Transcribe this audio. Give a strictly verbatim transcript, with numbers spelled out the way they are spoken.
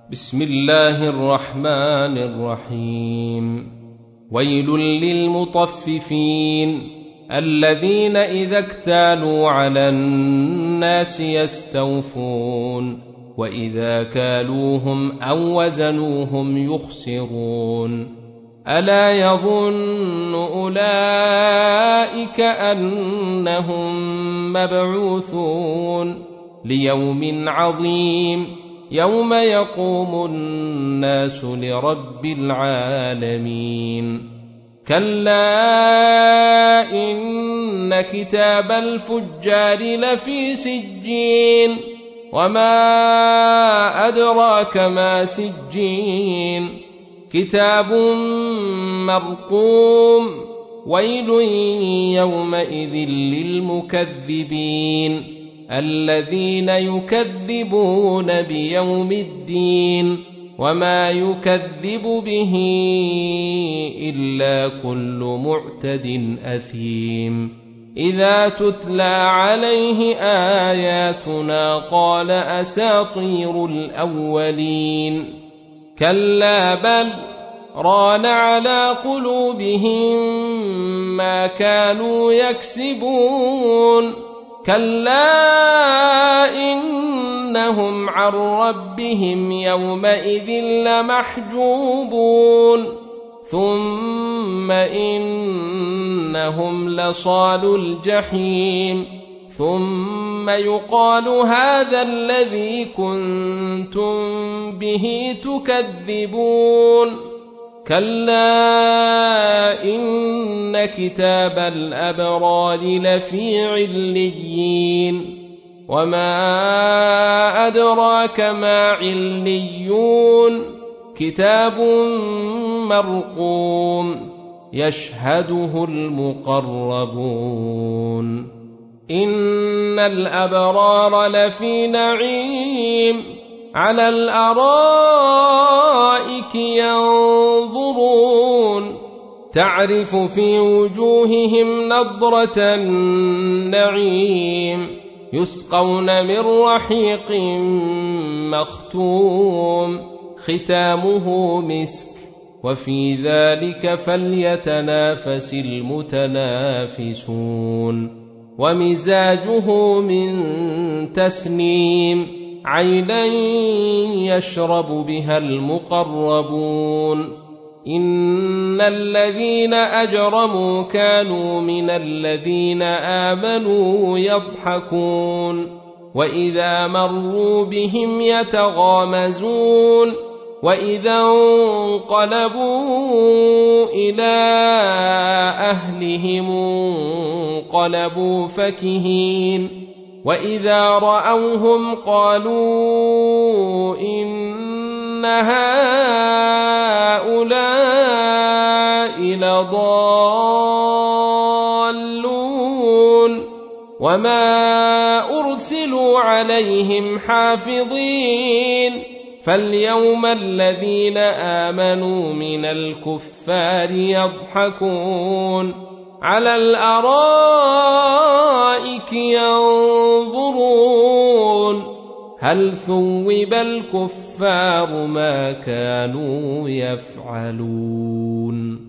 بسم الله الرحمن الرحيم. ويل للمطففين الذين إذا اكتالوا على الناس يستوفون وإذا كالوهم أو وزنوهم يخسرون. ألا يظن أولئك أنهم مبعوثون ليوم عظيم يوم يقوم الناس لرب العالمين. كلا إن كتاب الفجار لفي سجين وما أدراك ما سجين كتاب مرقوم ويل يومئذ للمكذبين الذين يكذبون بيوم الدين وما يكذب به إلا كل معتد أثيم. إذا تتلى عليه آياتنا قال أساطير الأولين. كلا بل ران على قلوبهم ما كانوا يكسبون. كلا إنهم عن ربهم يومئذ لمحجوبون ثم إنهم لصالو الجحيم ثم يقال هذا الذي كنتم به تكذبون. كلا إن كتاب الأبرار لفي عليين وما أدراك ما عليون كتاب مرقوم يشهده المقربون. إن الأبرار لفي نعيم على الأرائك ينظرون تعرف في وجوههم نضرة النعيم يسقون من رحيق مختوم ختامه مسك وفي ذلك فليتنافس المتنافسون. ومزاجه من تسنيم عينا يشرب بها المقربون. إن الذين أجرموا كانوا من الذين آمنوا يضحكون وإذا مروا بهم يتغامزون وإذا انقلبوا إلى أهلهم انقلبوا فكهين وإذا رأوهم قالوا إن هؤلاء لضالون وما أرسلوا عليهم حافظين. فاليوم الذين آمنوا من الكفار يضحكون على الأرائك ينظرون هل ثوب الكفار ما كانوا يفعلون.